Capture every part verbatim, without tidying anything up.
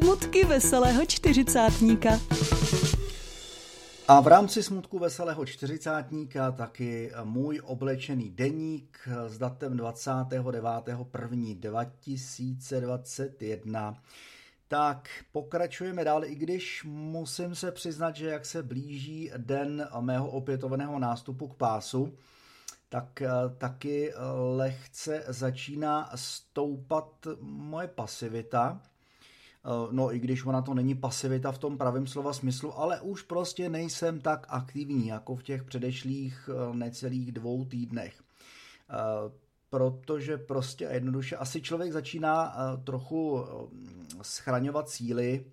Smutky veselého čtyřicátníka. A v rámci smutku veselého čtyřicátníka taky můj oblečený deník s datem dvacátého devátého prvního dva tisíce dvacet jedna. Tak pokračujeme dál, i když musím se přiznat, že jak se blíží den mého opětovného nástupu k pásu, tak taky lehce začíná stoupat moje pasivita. No i když ona to není pasivita v tom pravém slova smyslu, ale už prostě nejsem tak aktivní jako v těch předešlých necelých dvou týdnech. Protože prostě jednoduše asi člověk začíná trochu schraňovat síly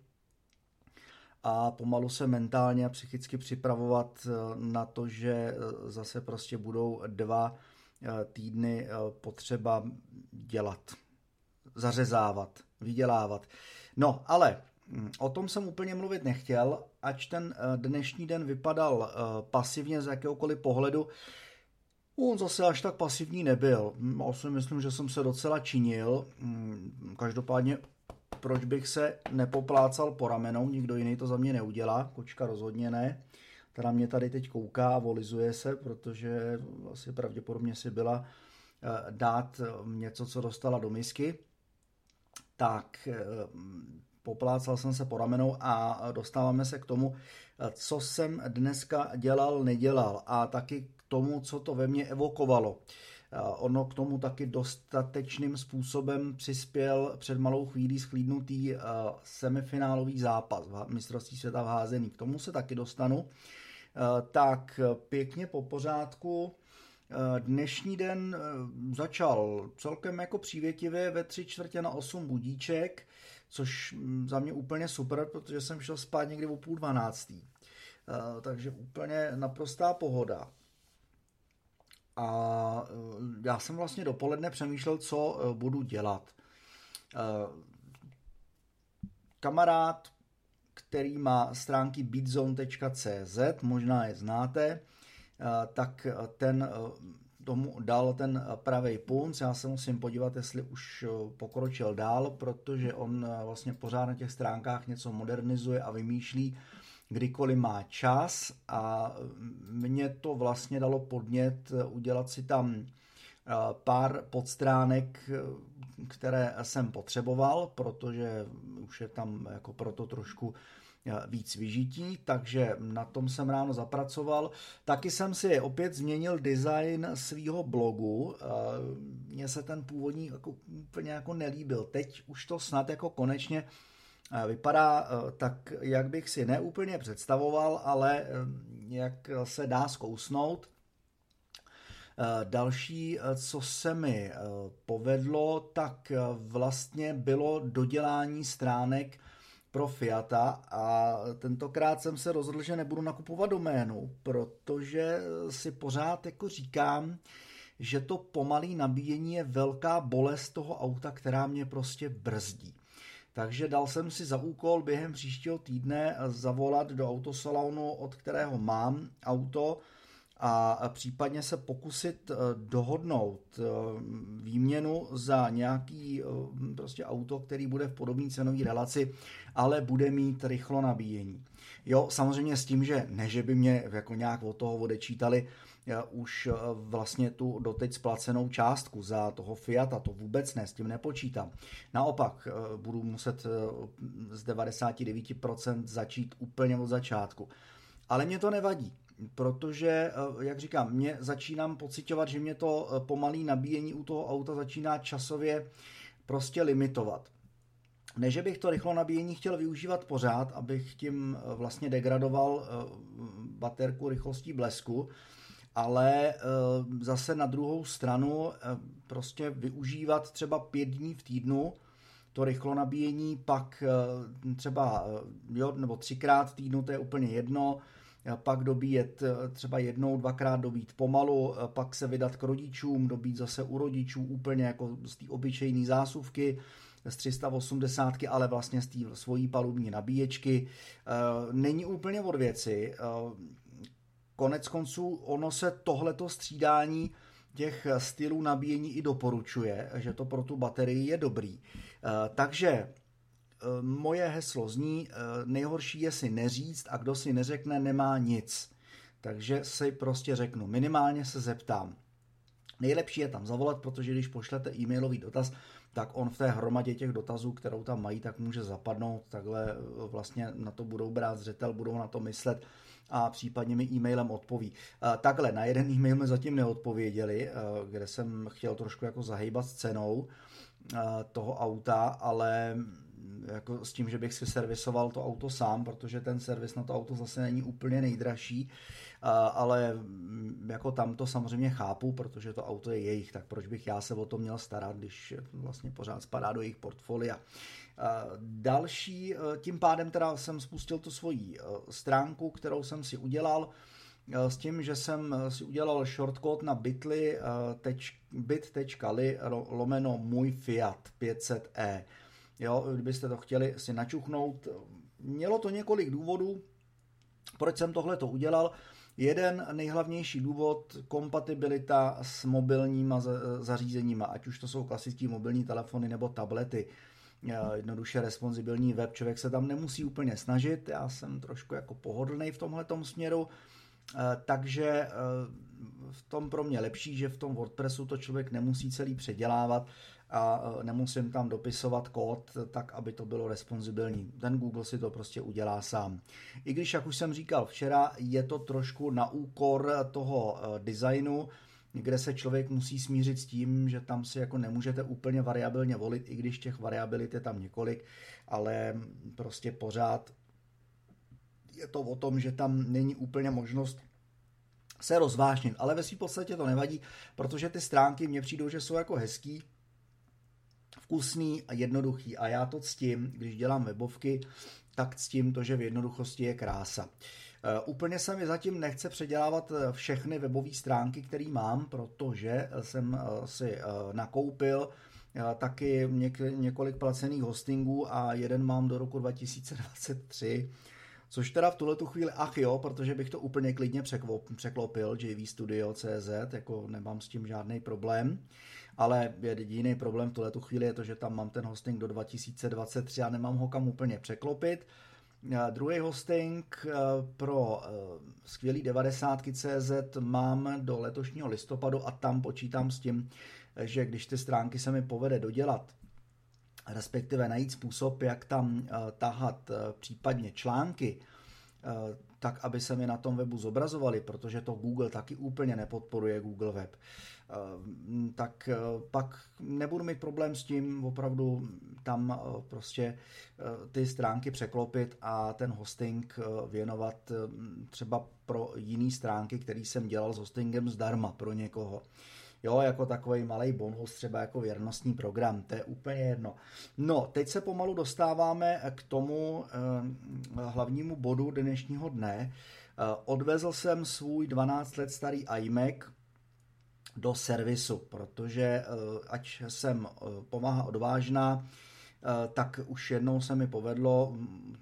a pomalu se mentálně a psychicky připravovat na to, že zase prostě budou dva týdny potřeba dělat, zařezávat, vydělávat. No, ale o tom jsem úplně mluvit nechtěl, ač ten dnešní den vypadal pasivně z jakéhokoliv pohledu. On zase až tak pasivní nebyl. Já si myslím, že jsem se docela činil. Každopádně, proč bych se nepoplácal po ramenou, nikdo jiný to za mě neudělá, kočka rozhodně ne. Teda mě tady teď kouká a volizuje se, protože asi pravděpodobně si byla dát něco, co dostala do misky. Tak poplácal jsem se po ramenou a dostáváme se k tomu, co jsem dneska dělal, nedělal a taky k tomu, co to ve mně evokovalo. Ono k tomu taky dostatečným způsobem přispěl před malou chvílí sklídnutý semifinálový zápas mistrovství světa v házení. K tomu se taky dostanu. Tak pěkně po pořádku. Dnešní den začal celkem jako přívětivě ve tři čtvrtě na osm budíček, což za mě úplně super, protože jsem šel spát někdy o půl dvanáctý. Takže úplně naprostá pohoda. A já jsem vlastně dopoledne přemýšlel, co budu dělat. Kamarád, který má stránky beatzone tečka cé zet, možná je znáte, tak ten tomu dal ten pravej punc. Já se musím podívat, jestli už pokročil dál, protože on vlastně pořád na těch stránkách něco modernizuje a vymýšlí, kdykoliv má čas, a mě to vlastně dalo podnět udělat si tam pár podstránek, které jsem potřeboval, protože už je tam jako proto trošku víc vyžití, takže na tom jsem ráno zapracoval. Taky jsem si opět změnil design svýho blogu. Mně se ten původní jako úplně jako nelíbil. Teď už to snad jako konečně vypadá tak, jak bych si neúplně představoval, ale jak se dá zkousnout. Další, co se mi povedlo, tak vlastně bylo dodělání stránek pro Fiata, a tentokrát jsem se rozhodl, že nebudu nakupovat doménu, protože si pořád jako říkám, že to pomalý nabíjení je velká bolest toho auta, která mě prostě brzdí. Takže dal jsem si za úkol během příštího týdne zavolat do autosalonu, od kterého mám auto, a případně se pokusit dohodnout výměnu za nějaký prostě auto, který bude v podobné cenové relaci, ale bude mít rychlo nabíjení. Jo, samozřejmě s tím, že ne, že by mě jako nějak od toho odečítali už vlastně tu doteď splacenou částku za toho Fiata, to vůbec ne, s tím nepočítám. Naopak budu muset z devadesát devět procent začít úplně od začátku. Ale mě to nevadí, protože, jak říkám, mě začínám pociťovat, že mě to pomalý nabíjení u toho auta začíná časově prostě limitovat. Ne, že bych to rychlo nabíjení chtěl využívat pořád, abych tím vlastně degradoval baterku rychlostí blesku, ale zase na druhou stranu prostě využívat třeba pět dní v týdnu to rychlo nabíjení, pak třeba jo, nebo třikrát v týdnu, to je úplně jedno, pak dobíjet třeba jednou, dvakrát dobít pomalu, pak se vydat k rodičům, dobít zase u rodičů úplně jako z té obyčejné zásuvky, z tři sta osmdesát, ale vlastně z té svojí palubní nabíječky. Není úplně od věci. Konec konců ono se tohleto střídání těch stylů nabíjení i doporučuje, že to pro tu baterii je dobrý. Takže moje heslo zní, nejhorší je si neříct a kdo si neřekne, nemá nic. Takže si prostě řeknu, minimálně se zeptám. Nejlepší je tam zavolat, protože když pošlete e-mailový dotaz, tak on v té hromadě těch dotazů, kterou tam mají, tak může zapadnout, takhle vlastně na to budou brát zřetel, budou na to myslet a případně mi e-mailem odpoví. Takhle, na jeden e-mail mi zatím neodpověděli, kde jsem chtěl trošku jako zahejbat s cenou toho auta, ale jako s tím, že bych si servisoval to auto sám, protože ten servis na to auto zase není úplně nejdražší, ale jako tam to samozřejmě chápu, protože to auto je jejich, tak proč bych já se o to měl starat, když vlastně pořád spadá do jejich portfolia. Další, tím pádem teda jsem spustil tu svoji stránku, kterou jsem si udělal, s tím, že jsem si udělal shortcode na bitly, bit.ly lomeno můj Fiat pět set e. Jo, kdybyste to chtěli si načuchnout. Mělo to několik důvodů, proč jsem tohle to udělal. Jeden nejhlavnější důvod, kompatibilita s mobilníma zařízeníma, ať už to jsou klasické mobilní telefony nebo tablety. Jednoduše responsibilní web, člověk se tam nemusí úplně snažit, já jsem trošku jako pohodlnej v tomhletom směru, takže v tom pro mě lepší, že v tom WordPressu to člověk nemusí celý předělávat a nemusím tam dopisovat kód tak, aby to bylo responsibilní. Ten Google si to prostě udělá sám. I když, jak už jsem říkal včera, je to trošku na úkor toho designu, kde se člověk musí smířit s tím, že tam si jako nemůžete úplně variabilně volit, i když těch variabilit je tam několik, ale prostě pořád je to o tom, že tam není úplně možnost se rozvášnit, ale ve svým podstatě to nevadí, protože ty stránky mně přijdou, že jsou jako hezký, vkusný a jednoduchý a já to ctím, když dělám webovky, tak ctím to, že v jednoduchosti je krása. Uh, úplně se mi zatím nechce předělávat všechny webové stránky, které mám, protože jsem uh, si uh, nakoupil uh, taky něk- několik placených hostingů a jeden mám do roku dva tisíce dvacet tři, což teda v tuhletu chvíli, ach jo, protože bych to úplně klidně překlopil, J V Studio tečka cé zet, jako nemám s tím žádný problém, ale jediný problém v tuhletu chvíli je to, že tam mám ten hosting do dva tisíce dvacet tři a nemám ho kam úplně překlopit. Druhý hosting pro skvělý devadesátky tečka cé zet mám do letošního listopadu a tam počítám s tím, že když ty stránky se mi povede dodělat, respektive najít způsob, jak tam tahat případně články, tak, aby se mi na tom webu zobrazovaly, protože to Google taky úplně nepodporuje, Google Web, tak pak nebudu mít problém s tím opravdu tam prostě ty stránky překlopit a ten hosting věnovat třeba pro jiné stránky, které jsem dělal s hostingem zdarma pro někoho. Jo, jako takový malý bonus, třeba jako věrnostní program, to je úplně jedno. No, teď se pomalu dostáváme k tomu eh, hlavnímu bodu dnešního dne. Eh, odvezl jsem svůj dvanáct let starý iMac do servisu, protože eh, ať jsem eh, povaha odvážná, eh, tak už jednou se mi povedlo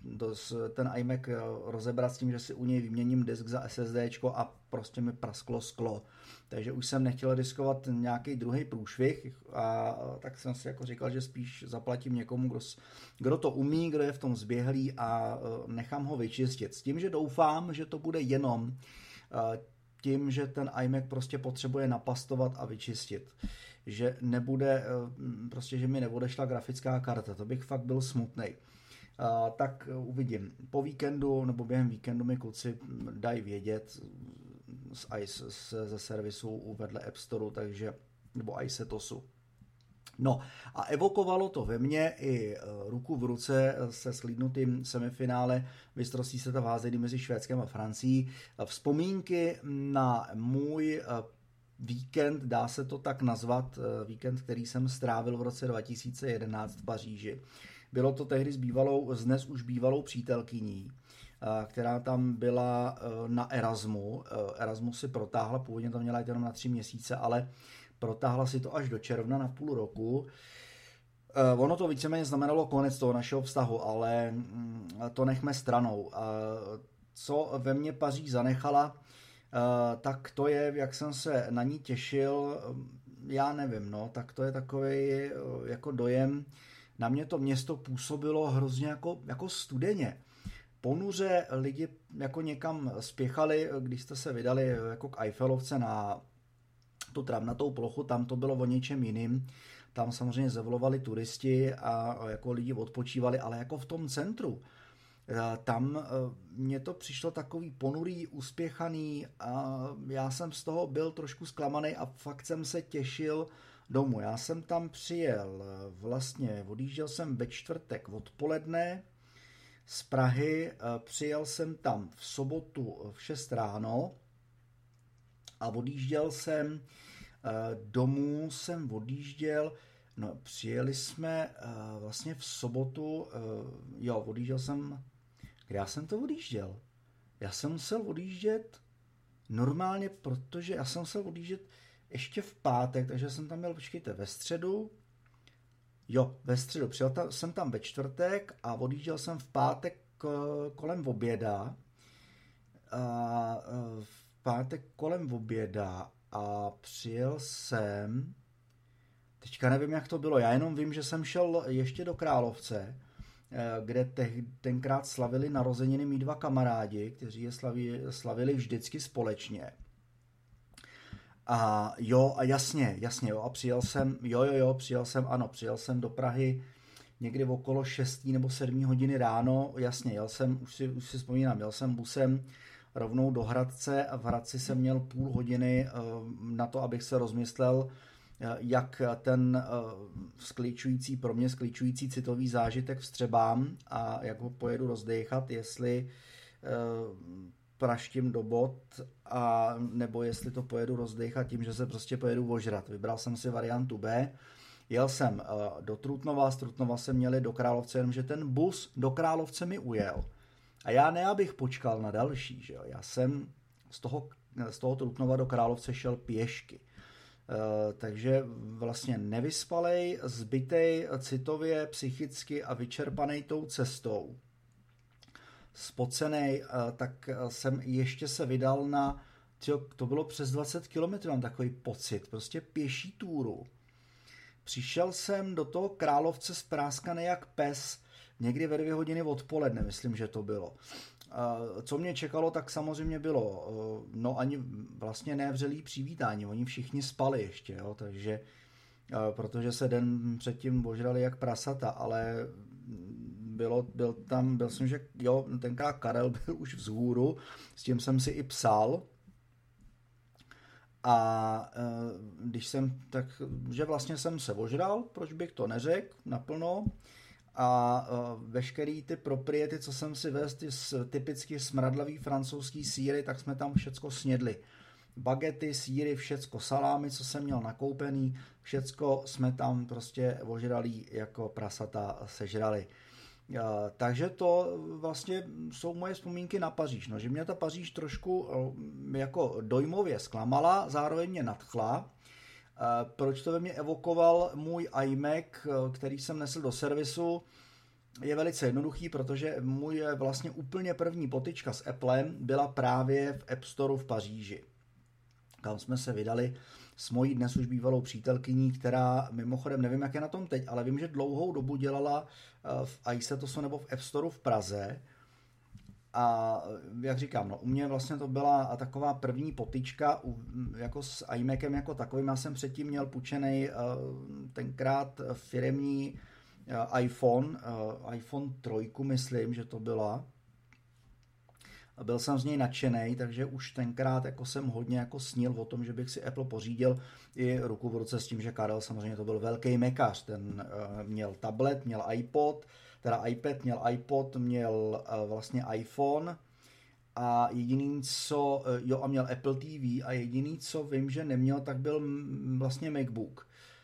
ten iMac rozebrat s tím, že si u něj vyměním disk za SSDčko a prostě mi prasklo sklo. Takže už jsem nechtěl riskovat nějaký druhý průšvih a tak jsem si jako říkal, že spíš zaplatím někomu, kdo, kdo to umí, kdo je v tom zběhlý a nechám ho vyčistit. S tím, že doufám, že to bude jenom tím, že ten iMac prostě potřebuje napastovat a vyčistit. Že nebude, prostě, že mi neodešla grafická karta, to bych fakt byl smutnej. Tak uvidím. Po víkendu nebo během víkendu mi kluci dají vědět z ice, ze servisu vedle App Store, takže, nebo iSetosu. No a evokovalo to ve mně i ruku v ruce se slídnutým semifinále mistrovství světa v házení mezi Švédskem a Francií. Vzpomínky na můj víkend, dá se to tak nazvat, víkend, který jsem strávil v roce dva tisíce jedenáct v Paříži. Bylo to tehdy s bývalou, s dnes už bývalou přítelkyní, která tam byla na Erasmu. Erasmus si protáhla, původně tam měla jít jenom na tři měsíce, ale protáhla si to až do června na půl roku. Ono to víceméně znamenalo konec toho našeho vztahu, ale to nechme stranou. Co ve mně Paříž zanechala, tak to je, jak jsem se na ní těšil, já nevím, no, tak to je takový jako dojem, na mě to město působilo hrozně jako, jako studeně. Ponuře lidi jako někam spěchali, když jste se vydali jako k Eiffelovce na tu travnatou plochu, tam to bylo o něčem jiným. Tam samozřejmě zavlovali turisti a jako lidi odpočívali, ale jako v tom centru. Tam mně to přišlo takový ponurý, uspěchaný a já jsem z toho byl trošku zklamaný a fakt jsem se těšil domů. Já jsem tam přijel, vlastně odjížděl jsem ve čtvrtek odpoledne z Prahy, přijel jsem tam v sobotu v šest ráno a odjížděl jsem domů, jsem odjížděl, no přijeli jsme vlastně v sobotu, jo, odjížděl jsem, kde já jsem to odjížděl? Já jsem musel odjíždět normálně, protože já jsem musel odjíždět ještě v pátek, takže jsem tam měl, počkejte, ve středu, jo, ve středu, přijel tam, jsem tam ve čtvrtek a odjížděl jsem v pátek kolem oběda, a v pátek kolem oběda a přijel jsem, teďka nevím, jak to bylo, já jenom vím, že jsem šel ještě do Královce, kde te, tenkrát slavili narozeniny mý dva kamarádi, kteří je slaví, slavili vždycky společně. A jo, a jasně, jasně, jo, a přijel jsem, jo, jo, jo, přijel jsem, ano, přijel jsem do Prahy někdy okolo šestý nebo sedmý hodiny ráno, jasně, jel jsem, už si, už si vzpomínám, jel jsem busem rovnou do Hradce a v Hradci jsem měl půl hodiny na to, abych se rozmyslel, jak ten skličující, pro mě skličující citový zážitek vstřebám a jak ho pojedu rozdechat, jestli praštím do bot a nebo jestli to pojedu rozdechat tím, že se prostě pojedu ožrat. Vybral jsem si variantu B, jel jsem do Trutnova, z Trutnova jsem měli do Královce, jenomže ten bus do Královce mi ujel. A já ne, abych počkal na další, že jo? Já jsem z toho, z toho Trutnova do Královce šel pěšky. Uh, takže vlastně nevyspalej, zbytej citově, psychicky a vyčerpanej tou cestou. Spocenej, uh, tak jsem ještě se vydal na, tyjo, to bylo přes dvacet kilometrů, mám takový pocit, prostě pěší túru. Přišel jsem do toho Královce spráskaný jak pes, někdy ve dvě hodiny odpoledne, myslím, že to bylo. Co mě čekalo, tak samozřejmě bylo, no ani vlastně nevřelý přivítání, oni všichni spali ještě, jo, takže, protože se den předtím ožrali jak prasata, ale bylo, byl tam, byl jsem, že jo, tenkrát Karel byl už vzhůru, s tím jsem si i psal, a když jsem, tak, že vlastně jsem se ožral, proč bych to neřekl naplno, a veškerý ty propriety, co jsem si vezl, ty typicky smradlavý francouzský sýry, tak jsme tam všecko snědli. Bagety, sýry, všecko, salámy, co jsem měl nakoupený, všecko jsme tam prostě ožralí jako prasata sežrali. Takže to vlastně jsou moje vzpomínky na Paříž. No, že mě ta Paříž trošku jako dojmově zklamala, zároveň mě nadchla. Proč to ve mně evokoval můj iMac, který jsem nesl do servisu, je velice jednoduchý, protože můj vlastně úplně první potyčka s Applem byla právě v App Storeu v Paříži, kam jsme se vydali s mojí dnes už bývalou přítelkyní, která mimochodem nevím, jak je na tom teď, ale vím, že dlouhou dobu dělala v iSetosu nebo v App Storeu v Praze. A jak říkám, no, u mě vlastně to byla taková první potyčka jako s iMacem jako takovým. Já jsem předtím měl půjčený tenkrát firemní iPhone, iPhone tři, myslím, že to byla. Byl jsem z něj nadšenej, takže už tenkrát jako jsem hodně jako snil o tom, že bych si Apple pořídil i ruku v ruce s tím, že Karel samozřejmě to byl velký mekař. Ten měl tablet, měl iPod, teda iPad, měl iPod, měl vlastně iPhone a jediný co, jo a měl Apple T V a jediný co vím, že neměl, tak byl vlastně MacBook.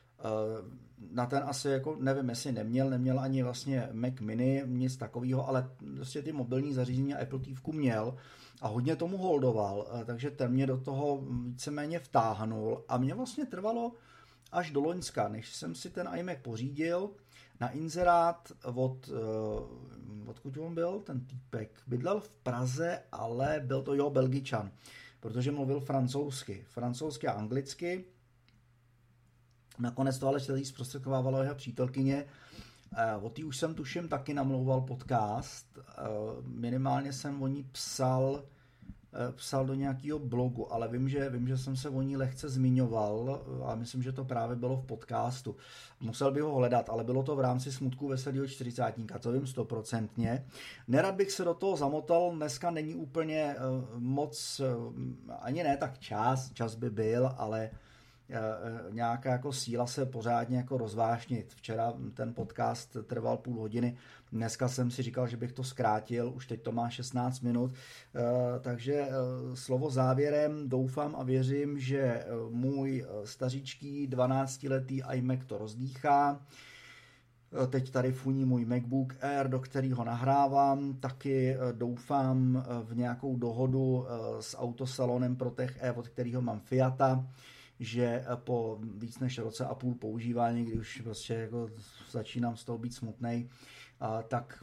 Na ten asi jako nevím, jestli neměl, neměl ani vlastně Mac Mini, nic takového, ale prostě ty mobilní zařízení a Apple T V měl a hodně tomu holdoval, takže ten mě do toho víceméně vtáhnul a mě vlastně trvalo až do loňska, než jsem si ten iMac pořídil. Na inzerát od, odkud on byl, ten týpek, bydlel v Praze, ale byl to jo Belgičan, protože mluvil francouzsky, francouzsky a anglicky. Nakonec to ale celý zprostředkovávalo jeho přítelkyně, O té už jsem tuším taky namlouval podcast. Minimálně jsem o ní psal, psal do nějakého blogu, ale vím že, vím, že jsem se o ní lehce zmiňoval a myslím, že to právě bylo v podcastu. Musel bych ho hledat, ale bylo to v rámci Smutků veselého čtyřicátníka, to vím stoprocentně. Nerad bych se do toho zamotal, dneska není úplně moc, ani ne tak čas, čas by byl, ale nějaká jako síla se pořádně jako rozvášnit. Včera ten podcast trval půl hodiny, dneska jsem si říkal, že bych to zkrátil, už teď to má šestnáct minut, takže slovo závěrem, doufám a věřím, že můj staříčký dvanáctiletý iMac to rozdýchá. Teď tady funí můj MacBook Air, do kterého nahrávám, taky doufám v nějakou dohodu s autosalonem Protech E, od kterého mám Fiata, že po víc než roce a půl používání, kdy už prostě jako začínám z toho být smutnej, tak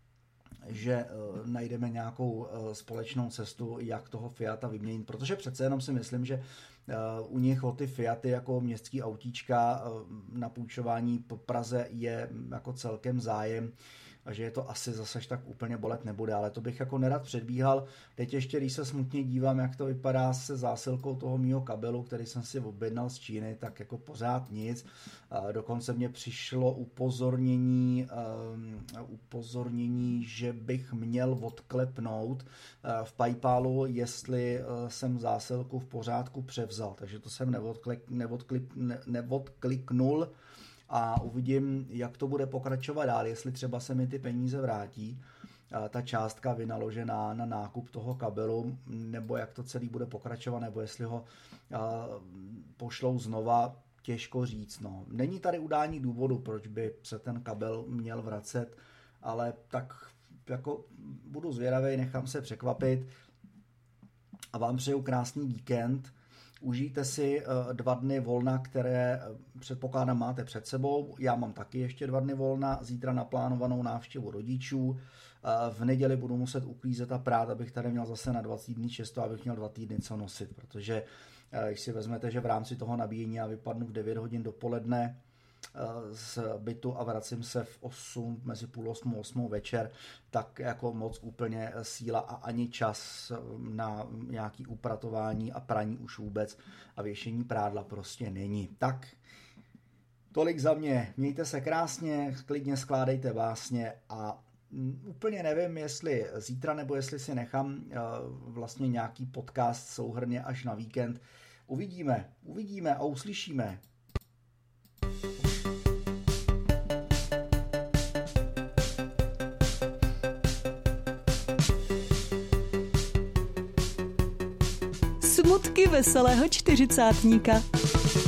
že najdeme nějakou společnou cestu, jak toho Fiata vyměnit, protože přece jenom si myslím, že u nich o ty Fiaty jako městský autíčka na půjčování po Praze je jako celkem zájem, a že je to asi zase tak úplně bolet nebude, ale to bych jako nerad předbíhal. Teď ještě, když se smutně dívám, jak to vypadá se zásilkou toho mýho kabelu, který jsem si objednal z Číny, tak jako pořád nic. Dokonce mě přišlo upozornění, upozornění, že bych měl odklepnout v PayPalu, jestli jsem zásilku v pořádku převzal, takže to jsem neodklik, neodklik, neodkliknul, a uvidím, jak to bude pokračovat dál, jestli třeba se mi ty peníze vrátí, ta částka vynaložená na nákup toho kabelu, nebo jak to celý bude pokračovat, nebo jestli ho pošlou znova, těžko říct. No. Není tady udání důvodu, proč by se ten kabel měl vracet, ale tak jako budu zvědavej, nechám se překvapit a vám přeju krásný víkend. Užijte si dva dny volna, které předpokládám máte před sebou. Já mám taky ještě dva dny volna, zítra naplánovanou návštěvu rodičů. V neděli budu muset uklízet a prát, abych tady měl zase na dva týdny često, abych měl dva týdny co nosit, protože když si vezmete, že v rámci toho nabíjení já vypadnu v devět hodin dopoledne z bytu a vracím se v osm, mezi půl osmou, osmou večer, tak jako moc úplně síla a ani čas na nějaký upratování a praní už vůbec a věšení prádla prostě není. Tak tolik za mě, mějte se krásně, klidně skládejte básně a úplně nevím, jestli zítra nebo jestli si nechám vlastně nějaký podcast souhrnně až na víkend. Uvidíme, uvidíme a uslyšíme. Smutky veselého čtyřicátníka.